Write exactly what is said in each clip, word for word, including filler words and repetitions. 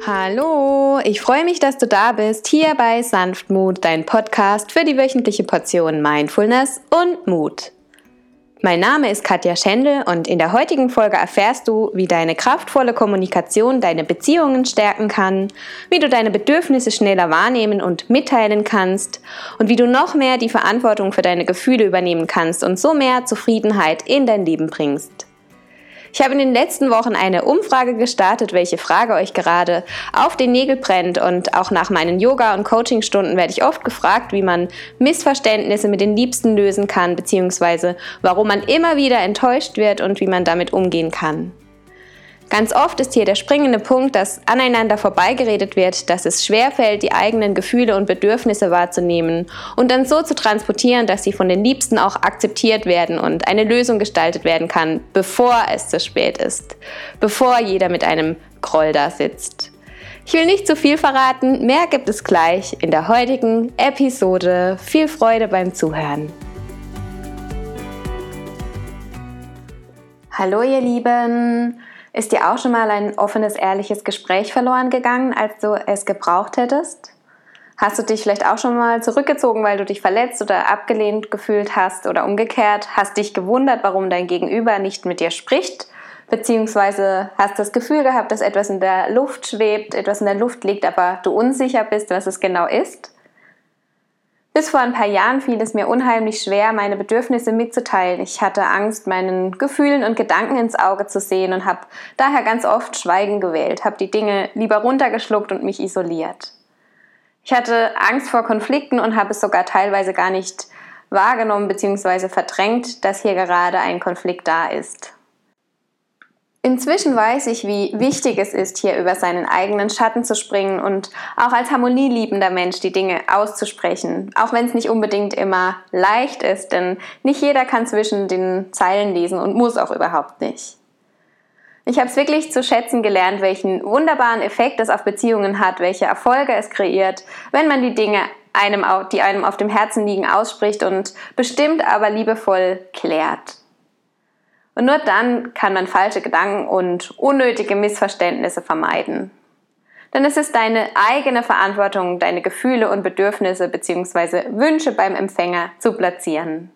Hallo, ich freue mich, dass du da bist, hier bei Sanftmut, dein Podcast für die wöchentliche Portion Mindfulness und Mut. Mein Name ist Katja Schendl und in der heutigen Folge erfährst du, wie deine kraftvolle Kommunikation deine Beziehungen stärken kann, wie du deine Bedürfnisse schneller wahrnehmen und mitteilen kannst und wie du noch mehr die Verantwortung für deine Gefühle übernehmen kannst und so mehr Zufriedenheit in dein Leben bringst. Ich habe in den letzten Wochen eine Umfrage gestartet, welche Frage euch gerade auf den Nägel brennt, und auch nach meinen Yoga- und Coachingstunden werde ich oft gefragt, wie man Missverständnisse mit den Liebsten lösen kann, beziehungsweise warum man immer wieder enttäuscht wird und wie man damit umgehen kann. Ganz oft ist hier der springende Punkt, dass aneinander vorbeigeredet wird, dass es schwerfällt, die eigenen Gefühle und Bedürfnisse wahrzunehmen und dann so zu transportieren, dass sie von den Liebsten auch akzeptiert werden und eine Lösung gestaltet werden kann, bevor es zu spät ist, bevor jeder mit einem Groll da sitzt. Ich will nicht zu viel verraten, mehr gibt es gleich in der heutigen Episode. Viel Freude beim Zuhören. Hallo ihr Lieben! Ist dir auch schon mal ein offenes, ehrliches Gespräch verloren gegangen, als du es gebraucht hättest? Hast du dich vielleicht auch schon mal zurückgezogen, weil du dich verletzt oder abgelehnt gefühlt hast, oder umgekehrt? Hast dich gewundert, warum dein Gegenüber nicht mit dir spricht? Beziehungsweise hast das Gefühl gehabt, dass etwas in der Luft schwebt, etwas in der Luft liegt, aber du unsicher bist, was es genau ist? Bis vor ein paar Jahren fiel es mir unheimlich schwer, meine Bedürfnisse mitzuteilen. Ich hatte Angst, meinen Gefühlen und Gedanken ins Auge zu sehen und habe daher ganz oft Schweigen gewählt, habe die Dinge lieber runtergeschluckt und mich isoliert. Ich hatte Angst vor Konflikten und habe es sogar teilweise gar nicht wahrgenommen bzw. verdrängt, dass hier gerade ein Konflikt da ist. Inzwischen weiß ich, wie wichtig es ist, hier über seinen eigenen Schatten zu springen und auch als harmonieliebender Mensch die Dinge auszusprechen, auch wenn es nicht unbedingt immer leicht ist, denn nicht jeder kann zwischen den Zeilen lesen und muss auch überhaupt nicht. Ich habe es wirklich zu schätzen gelernt, welchen wunderbaren Effekt es auf Beziehungen hat, welche Erfolge es kreiert, wenn man die Dinge, einem, die einem auf dem Herzen liegen, ausspricht und bestimmt aber liebevoll klärt. Und nur dann kann man falsche Gedanken und unnötige Missverständnisse vermeiden. Denn es ist deine eigene Verantwortung, deine Gefühle und Bedürfnisse bzw. Wünsche beim Empfänger zu platzieren.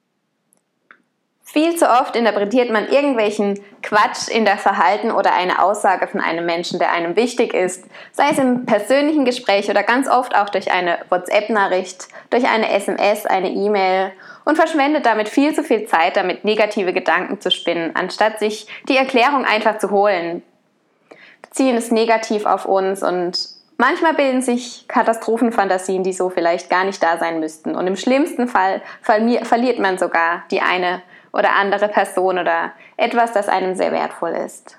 Viel zu oft interpretiert man irgendwelchen Quatsch in der Verhalten oder eine Aussage von einem Menschen, der einem wichtig ist, sei es im persönlichen Gespräch oder ganz oft auch durch eine WhatsApp-Nachricht, durch eine S M S, eine E-Mail, und verschwendet damit viel zu viel Zeit, damit negative Gedanken zu spinnen, anstatt sich die Erklärung einfach zu holen. Beziehen es negativ auf uns und manchmal bilden sich Katastrophenfantasien, die so vielleicht gar nicht da sein müssten. Und im schlimmsten Fall verliert man sogar die eine oder andere Person oder etwas, das einem sehr wertvoll ist.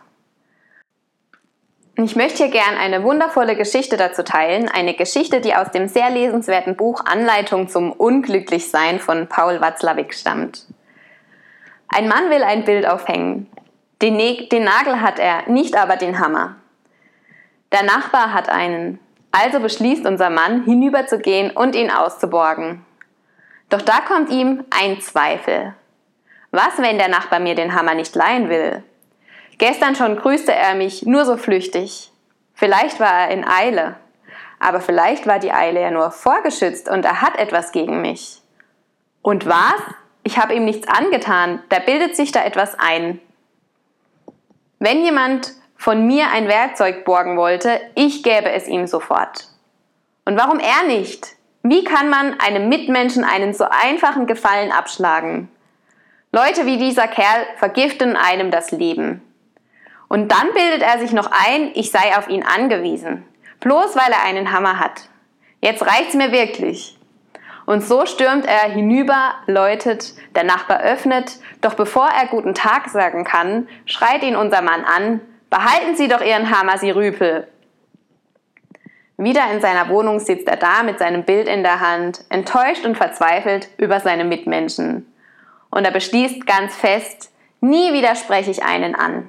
Ich möchte hier gern eine wundervolle Geschichte dazu teilen, eine Geschichte, die aus dem sehr lesenswerten Buch Anleitung zum Unglücklichsein von Paul Watzlawick stammt. Ein Mann will ein Bild aufhängen. Den, ne- den Nagel hat er, nicht aber den Hammer. Der Nachbar hat einen. Also beschließt unser Mann, hinüberzugehen und ihn auszuborgen. Doch da kommt ihm ein Zweifel. Was, wenn der Nachbar mir den Hammer nicht leihen will? Gestern schon grüßte er mich nur so flüchtig. Vielleicht war er in Eile. Aber vielleicht war die Eile ja nur vorgeschützt und er hat etwas gegen mich. Und was? Ich habe ihm nichts angetan. Da bildet sich da etwas ein. Wenn jemand von mir ein Werkzeug borgen wollte, ich gäbe es ihm sofort. Und warum er nicht? Wie kann man einem Mitmenschen einen so einfachen Gefallen abschlagen? Leute wie dieser Kerl vergiften einem das Leben. Und dann bildet er sich noch ein, ich sei auf ihn angewiesen. Bloß weil er einen Hammer hat. Jetzt reicht's mir wirklich. Und so stürmt er hinüber, läutet, der Nachbar öffnet, doch bevor er guten Tag sagen kann, schreit ihn unser Mann an, behalten Sie doch Ihren Hammer, Sie Rüpel. Wieder in seiner Wohnung sitzt er da mit seinem Bild in der Hand, enttäuscht und verzweifelt über seine Mitmenschen. Und er beschließt ganz fest, nie wieder spreche ich einen an.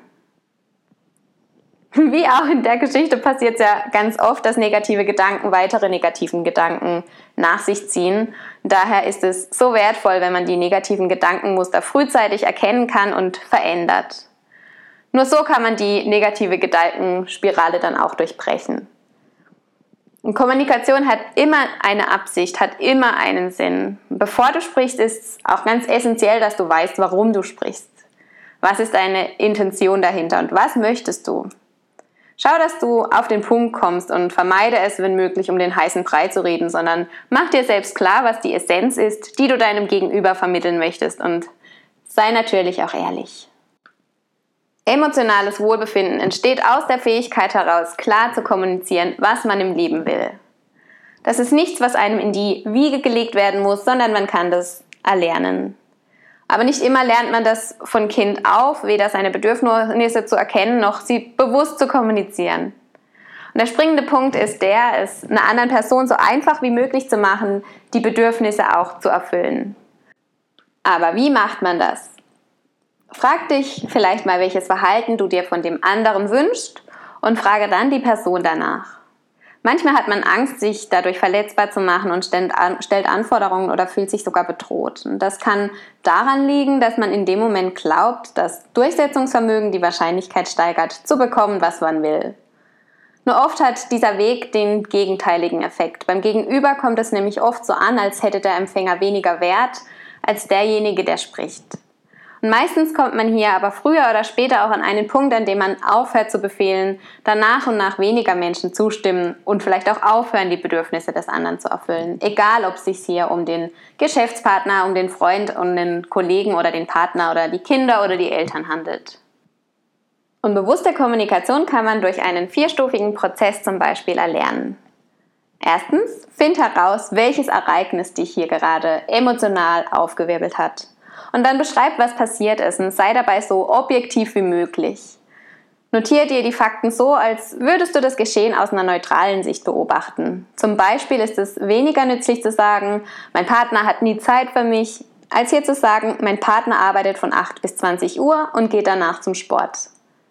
Wie auch in der Geschichte passiert es ja ganz oft, dass negative Gedanken weitere negativen Gedanken nach sich ziehen. Daher ist es so wertvoll, wenn man die negativen Gedankenmuster frühzeitig erkennen kann und verändert. Nur so kann man die negative Gedankenspirale dann auch durchbrechen. Und Kommunikation hat immer eine Absicht, hat immer einen Sinn. Bevor du sprichst, ist es auch ganz essentiell, dass du weißt, warum du sprichst. Was ist deine Intention dahinter und was möchtest du? Schau, dass du auf den Punkt kommst und vermeide es, wenn möglich, um den heißen Brei zu reden, sondern mach dir selbst klar, was die Essenz ist, die du deinem Gegenüber vermitteln möchtest, und sei natürlich auch ehrlich. Emotionales Wohlbefinden entsteht aus der Fähigkeit heraus, klar zu kommunizieren, was man im Leben will. Das ist nichts, was einem in die Wiege gelegt werden muss, sondern man kann das erlernen. Aber nicht immer lernt man das von Kind auf, weder seine Bedürfnisse zu erkennen, noch sie bewusst zu kommunizieren. Und der springende Punkt ist der, es einer anderen Person so einfach wie möglich zu machen, die Bedürfnisse auch zu erfüllen. Aber wie macht man das? Frag dich vielleicht mal, welches Verhalten du dir von dem anderen wünschst, und frage dann die Person danach. Manchmal hat man Angst, sich dadurch verletzbar zu machen und stellt Anforderungen oder fühlt sich sogar bedroht. Und das kann daran liegen, dass man in dem Moment glaubt, dass Durchsetzungsvermögen die Wahrscheinlichkeit steigert, zu bekommen, was man will. Nur oft hat dieser Weg den gegenteiligen Effekt. Beim Gegenüber kommt es nämlich oft so an, als hätte der Empfänger weniger Wert als derjenige, der spricht. Und meistens kommt man hier aber früher oder später auch an einen Punkt, an dem man aufhört zu befehlen, da nach und nach weniger Menschen zustimmen und vielleicht auch aufhören, die Bedürfnisse des anderen zu erfüllen. Egal, ob es sich hier um den Geschäftspartner, um den Freund, um den Kollegen oder den Partner oder die Kinder oder die Eltern handelt. Und bewusste Kommunikation kann man durch einen vierstufigen Prozess zum Beispiel erlernen. Erstens, find heraus, welches Ereignis dich hier gerade emotional aufgewirbelt hat. Und dann beschreib, was passiert ist, und sei dabei so objektiv wie möglich. Notiere dir die Fakten so, als würdest du das Geschehen aus einer neutralen Sicht beobachten. Zum Beispiel ist es weniger nützlich zu sagen, mein Partner hat nie Zeit für mich, als hier zu sagen, mein Partner arbeitet von acht bis zwanzig Uhr und geht danach zum Sport.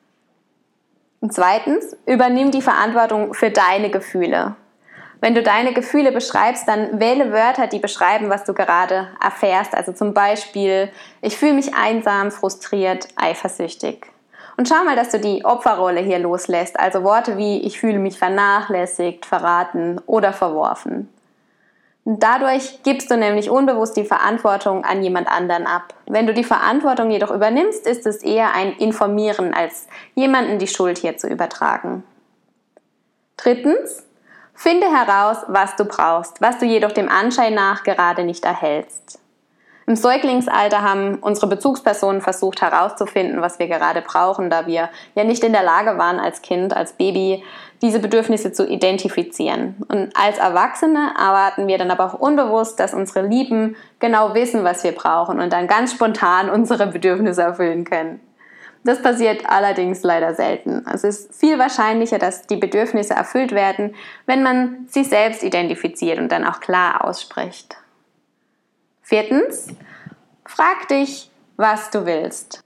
Und zweitens, übernimm die Verantwortung für deine Gefühle. Wenn du deine Gefühle beschreibst, dann wähle Wörter, die beschreiben, was du gerade erfährst. Also zum Beispiel, ich fühle mich einsam, frustriert, eifersüchtig. Und schau mal, dass du die Opferrolle hier loslässt. Also Worte wie, ich fühle mich vernachlässigt, verraten oder verworfen. Und dadurch gibst du nämlich unbewusst die Verantwortung an jemand anderen ab. Wenn du die Verantwortung jedoch übernimmst, ist es eher ein Informieren, als jemandem die Schuld hier zu übertragen. Drittens, finde heraus, was du brauchst, was du jedoch dem Anschein nach gerade nicht erhältst. Im Säuglingsalter haben unsere Bezugspersonen versucht herauszufinden, was wir gerade brauchen, da wir ja nicht in der Lage waren, als Kind, als Baby, diese Bedürfnisse zu identifizieren. Und als Erwachsene erwarten wir dann aber auch unbewusst, dass unsere Lieben genau wissen, was wir brauchen und dann ganz spontan unsere Bedürfnisse erfüllen können. Das passiert allerdings leider selten. Es ist viel wahrscheinlicher, dass die Bedürfnisse erfüllt werden, wenn man sie selbst identifiziert und dann auch klar ausspricht. Viertens, frag dich, was du willst.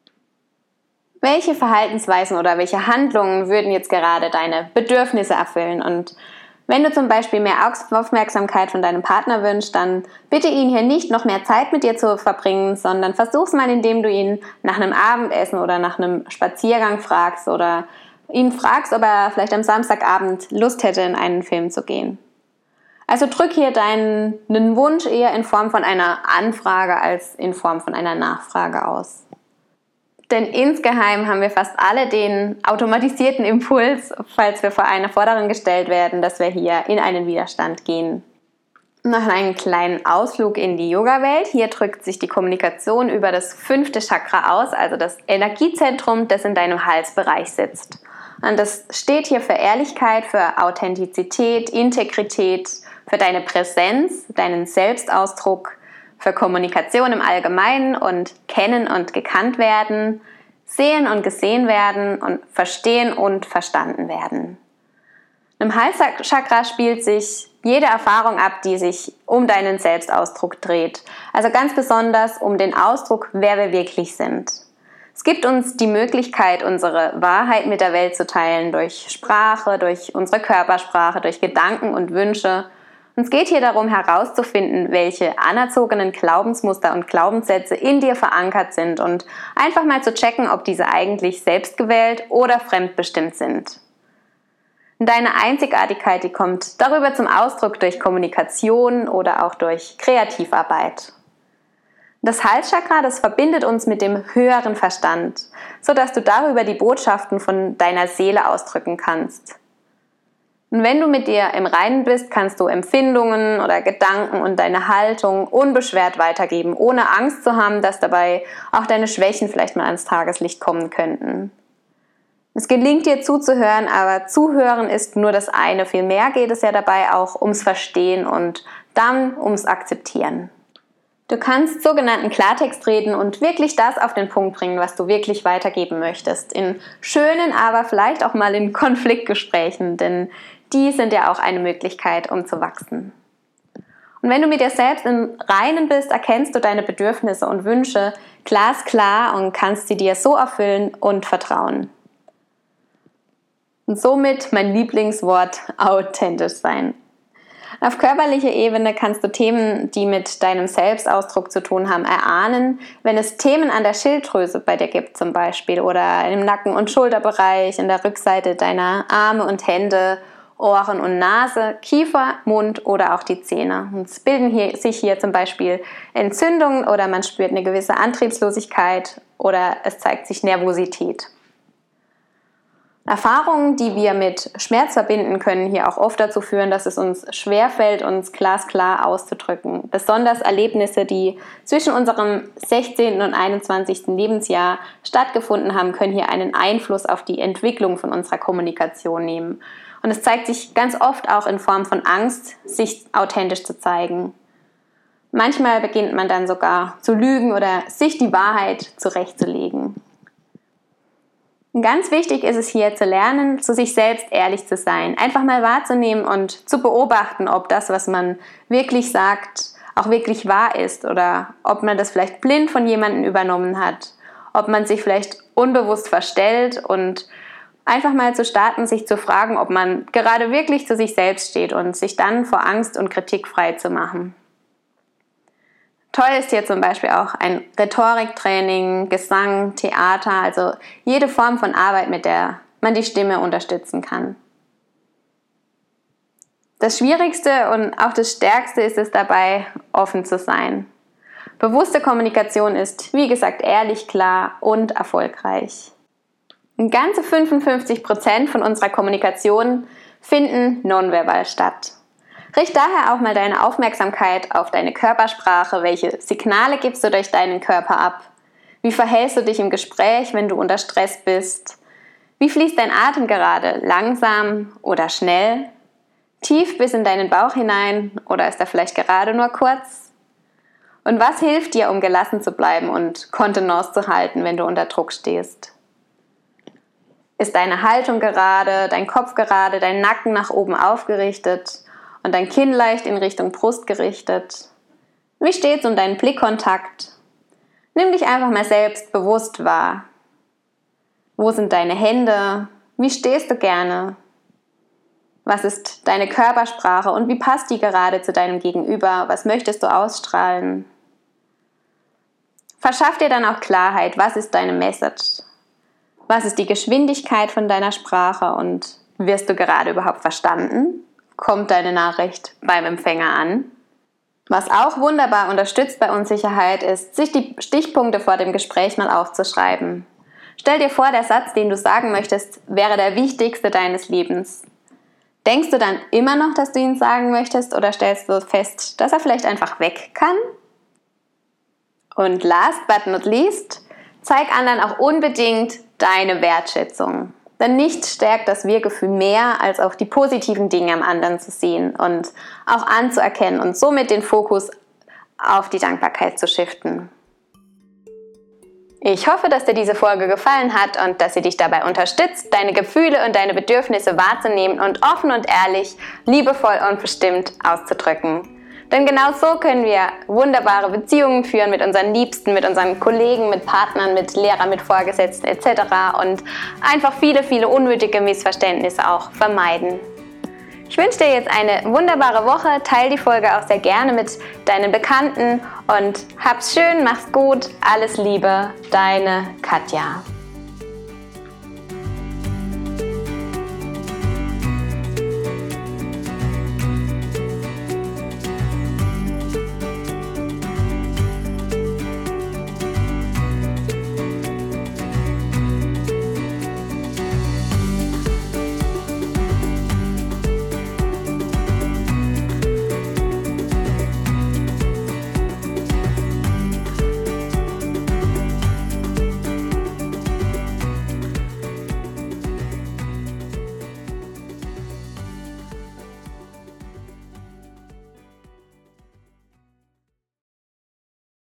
Welche Verhaltensweisen oder welche Handlungen würden jetzt gerade deine Bedürfnisse erfüllen? Und wenn du zum Beispiel mehr Aufmerksamkeit von deinem Partner wünschst, dann bitte ihn hier nicht noch mehr Zeit mit dir zu verbringen, sondern versuch's mal, indem du ihn nach einem Abendessen oder nach einem Spaziergang fragst oder ihn fragst, ob er vielleicht am Samstagabend Lust hätte, in einen Film zu gehen. Also drück hier deinen Wunsch eher in Form von einer Anfrage als in Form von einer Nachfrage aus. Denn insgeheim haben wir fast alle den automatisierten Impuls, falls wir vor eine Forderung gestellt werden, dass wir hier in einen Widerstand gehen. Noch einen kleinen Ausflug in die Yoga-Welt. Hier drückt sich die Kommunikation über das fünfte Chakra aus, also das Energiezentrum, das in deinem Halsbereich sitzt. Und das steht hier für Ehrlichkeit, für Authentizität, Integrität, für deine Präsenz, deinen Selbstausdruck, für Kommunikation im Allgemeinen und Kennen und gekannt werden, sehen und gesehen werden und verstehen und verstanden werden. Im Halschakra spielt sich jede Erfahrung ab, die sich um deinen Selbstausdruck dreht. Also ganz besonders um den Ausdruck, wer wir wirklich sind. Es gibt uns die Möglichkeit, unsere Wahrheit mit der Welt zu teilen, durch Sprache, durch unsere Körpersprache, durch Gedanken und Wünsche. Und es geht hier darum herauszufinden, welche anerzogenen Glaubensmuster und Glaubenssätze in dir verankert sind und einfach mal zu checken, ob diese eigentlich selbstgewählt oder fremdbestimmt sind. Deine Einzigartigkeit, die kommt darüber zum Ausdruck durch Kommunikation oder auch durch Kreativarbeit. Das Halschakra, das verbindet uns mit dem höheren Verstand, sodass du darüber die Botschaften von deiner Seele ausdrücken kannst. Und wenn du mit dir im Reinen bist, kannst du Empfindungen oder Gedanken und deine Haltung unbeschwert weitergeben, ohne Angst zu haben, dass dabei auch deine Schwächen vielleicht mal ans Tageslicht kommen könnten. Es gelingt dir zuzuhören, aber Zuhören ist nur das eine. Vielmehr geht es ja dabei auch ums Verstehen und dann ums Akzeptieren. Du kannst sogenannten Klartext reden und wirklich das auf den Punkt bringen, was du wirklich weitergeben möchtest. In schönen, aber vielleicht auch mal in Konfliktgesprächen, denn die sind ja auch eine Möglichkeit, um zu wachsen. Und wenn du mit dir selbst im Reinen bist, erkennst du deine Bedürfnisse und Wünsche glasklar und kannst sie dir so erfüllen und vertrauen. Und somit mein Lieblingswort, authentisch sein. Auf körperlicher Ebene kannst du Themen, die mit deinem Selbstausdruck zu tun haben, erahnen, wenn es Themen an der Schilddrüse bei dir gibt zum Beispiel oder im Nacken- und Schulterbereich, in der Rückseite deiner Arme und Hände, Ohren und Nase, Kiefer, Mund oder auch die Zähne. Und es bilden hier, sich hier zum Beispiel Entzündungen oder man spürt eine gewisse Antriebslosigkeit oder es zeigt sich Nervosität. Erfahrungen, die wir mit Schmerz verbinden, können hier auch oft dazu führen, dass es uns schwerfällt, uns glasklar auszudrücken. Besonders Erlebnisse, die zwischen unserem sechzehnten und einundzwanzigsten Lebensjahr stattgefunden haben, können hier einen Einfluss auf die Entwicklung von unserer Kommunikation nehmen. Und es zeigt sich ganz oft auch in Form von Angst, sich authentisch zu zeigen. Manchmal beginnt man dann sogar zu lügen oder sich die Wahrheit zurechtzulegen. Ganz wichtig ist es hier zu lernen, zu sich selbst ehrlich zu sein, einfach mal wahrzunehmen und zu beobachten, ob das, was man wirklich sagt, auch wirklich wahr ist oder ob man das vielleicht blind von jemandem übernommen hat, ob man sich vielleicht unbewusst verstellt und einfach mal zu starten, sich zu fragen, ob man gerade wirklich zu sich selbst steht und sich dann vor Angst und Kritik frei zu machen. Toll ist hier zum Beispiel auch ein Rhetoriktraining, Gesang, Theater, also jede Form von Arbeit, mit der man die Stimme unterstützen kann. Das Schwierigste und auch das Stärkste ist es dabei, offen zu sein. Bewusste Kommunikation ist, wie gesagt, ehrlich, klar und erfolgreich. Ganze fünfundfünfzig Prozent von unserer Kommunikation finden nonverbal statt. Richte daher auch mal deine Aufmerksamkeit auf deine Körpersprache. Welche Signale gibst du durch deinen Körper ab? Wie verhältst du dich im Gespräch, wenn du unter Stress bist? Wie fließt dein Atem gerade? Langsam oder schnell? Tief bis in deinen Bauch hinein oder ist er vielleicht gerade nur kurz? Und was hilft dir, um gelassen zu bleiben und Kontenance zu halten, wenn du unter Druck stehst? Ist deine Haltung gerade, dein Kopf gerade, dein Nacken nach oben aufgerichtet und dein Kinn leicht in Richtung Brust gerichtet? Wie steht's um deinen Blickkontakt? Nimm dich einfach mal selbst bewusst wahr. Wo sind deine Hände? Wie stehst du gerne? Was ist deine Körpersprache und wie passt die gerade zu deinem Gegenüber? Was möchtest du ausstrahlen? Verschaff dir dann auch Klarheit. Was ist deine Message? Was ist die Geschwindigkeit von deiner Sprache und wirst du gerade überhaupt verstanden? Kommt deine Nachricht beim Empfänger an? Was auch wunderbar unterstützt bei Unsicherheit ist, sich die Stichpunkte vor dem Gespräch mal aufzuschreiben. Stell dir vor, der Satz, den du sagen möchtest, wäre der wichtigste deines Lebens. Denkst du dann immer noch, dass du ihn sagen möchtest oder stellst du fest, dass er vielleicht einfach weg kann? Und last but not least, zeig anderen auch unbedingt deine Wertschätzung. Denn nichts stärkt das Wir-Gefühl mehr, als auch die positiven Dinge am anderen zu sehen und auch anzuerkennen und somit den Fokus auf die Dankbarkeit zu shiften. Ich hoffe, dass dir diese Folge gefallen hat und dass sie dich dabei unterstützt, deine Gefühle und deine Bedürfnisse wahrzunehmen und offen und ehrlich, liebevoll und bestimmt auszudrücken. Denn genau so können wir wunderbare Beziehungen führen mit unseren Liebsten, mit unseren Kollegen, mit Partnern, mit Lehrern, mit Vorgesetzten et cetera und einfach viele, viele unnötige Missverständnisse auch vermeiden. Ich wünsche dir jetzt eine wunderbare Woche. Teil die Folge auch sehr gerne mit deinen Bekannten und hab's schön, mach's gut. Alles Liebe, deine Katja.